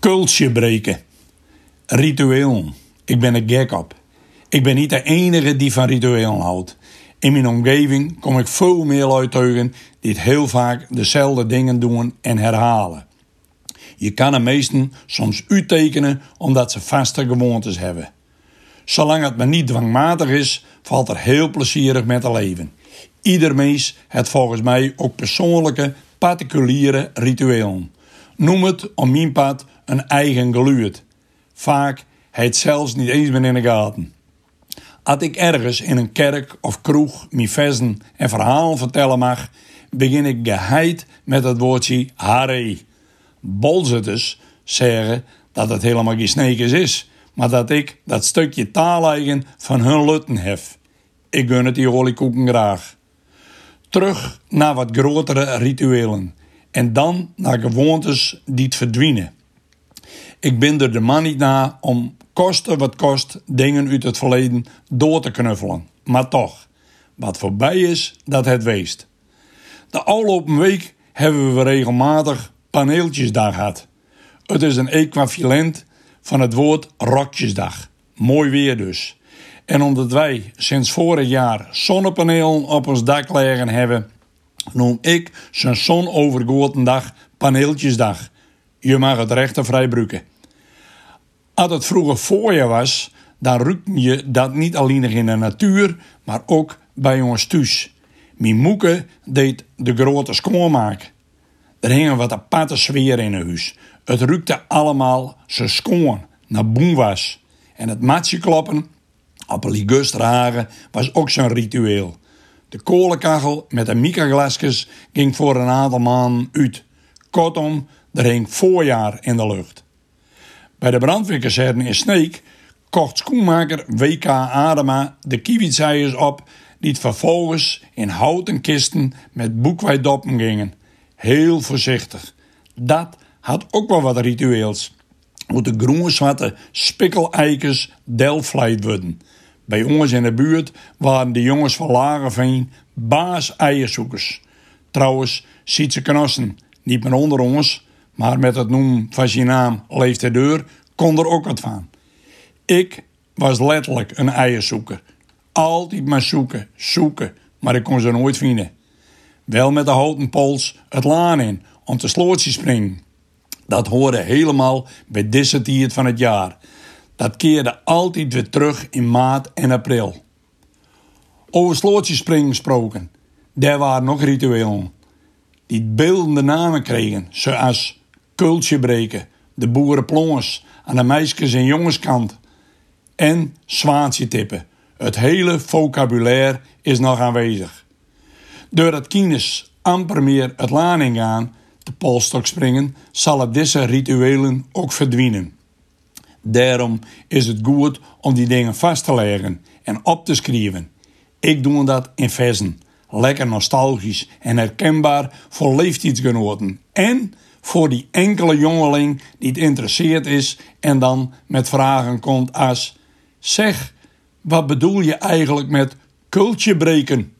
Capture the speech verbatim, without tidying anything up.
Kultje breken. Rituelen. Ik ben er gek op. Ik ben niet de enige die van rituelen houdt. In mijn omgeving kom ik veel meer uit tegen die het heel vaak dezelfde dingen doen en herhalen. Je kan er meesten soms uittekenen omdat ze vaste gewoontes hebben. Zolang het maar niet dwangmatig is, valt er heel plezierig met te leven. Ieder mens heeft volgens mij ook persoonlijke, particuliere rituelen. Noem het om mijn pad een eigen geluid. Vaak heet zelfs niet eens meer in de gaten. Als ik ergens in een kerk of kroeg mijn versen en verhalen vertellen mag, begin ik geheid met het woordje hare. Bolzetters zeggen dat het helemaal geen sneekers is, maar dat ik dat stukje taaleigen van hun lutten heb. Ik gun het die oliekoeken graag. Terug naar wat grotere rituelen. En dan naar gewoontes die het verdwijnen. Ik ben er de man niet na om koste wat kost dingen uit het verleden door te knuffelen. Maar toch, wat voorbij is, dat het weest. De afgelopen week hebben we regelmatig paneeltjesdag gehad. Het is een equivalent van het woord rokjesdag. Mooi weer dus. En omdat wij sinds vorig jaar zonnepanelen op ons dak leggen hebben, noem ik zo'n zonovergoten paneeltjesdag. Je mag het recht vrij gebruiken. Als het vroeger voorjaar was, dan ruikte je dat niet alleen in de natuur, maar ook bij ons thuis. Mijn moeke deed de grote schoonmaak. Er hing wat aparte sfeer in het huis. Het ruikte allemaal zo schoon, naar boenwas. En het matje kloppen op een ligusterhagen was ook zo'n ritueel. De kolenkachel met de mikaglasjes ging voor een aantal maanden uit. Kortom, er hing voorjaar in de lucht. Bij de brandweerkazerne in Sneek kocht schoenmaker W K Adema de kievitseiers op die het vervolgens in houten kisten met boekwijddoppen gingen. Heel voorzichtig. Dat had ook wel wat ritueels. Moet de groen-zwarte spikkeleikers delfvleid worden. Bij ons in de buurt waren de jongens van Lagerveen baas-eierzoekers. Trouwens, ziet ze knossen, niet meer onder ons, maar met het noemen van zijn naam leeft de deur, kon er ook wat van. Ik was letterlijk een eierzoeker. Altijd maar zoeken, zoeken, maar ik kon ze nooit vinden. Wel met de houten pols het laan in, om te slootje springen. Dat hoorde helemaal bij deze tijd van het jaar. Dat keerde altijd weer terug in maart en april. Over slootjespringen gesproken, daar waren nog rituelen. Die beeldende namen kregen, zoals kultje breken, de boerenplons aan de meisjes- en jongenskant en zwaantje tippen. Het hele vocabulaire is nog aanwezig. Doordat kines amper meer het laan ingaan, de polstok springen, zal het deze rituelen ook verdwijnen. Daarom is het goed om die dingen vast te leggen en op te schrijven. Ik doe dat in versen. Lekker nostalgisch en herkenbaar voor leeftijdsgenoten. En voor die enkele jongeling die het interesseert is en dan met vragen komt als: zeg, wat bedoel je eigenlijk met kultje breken?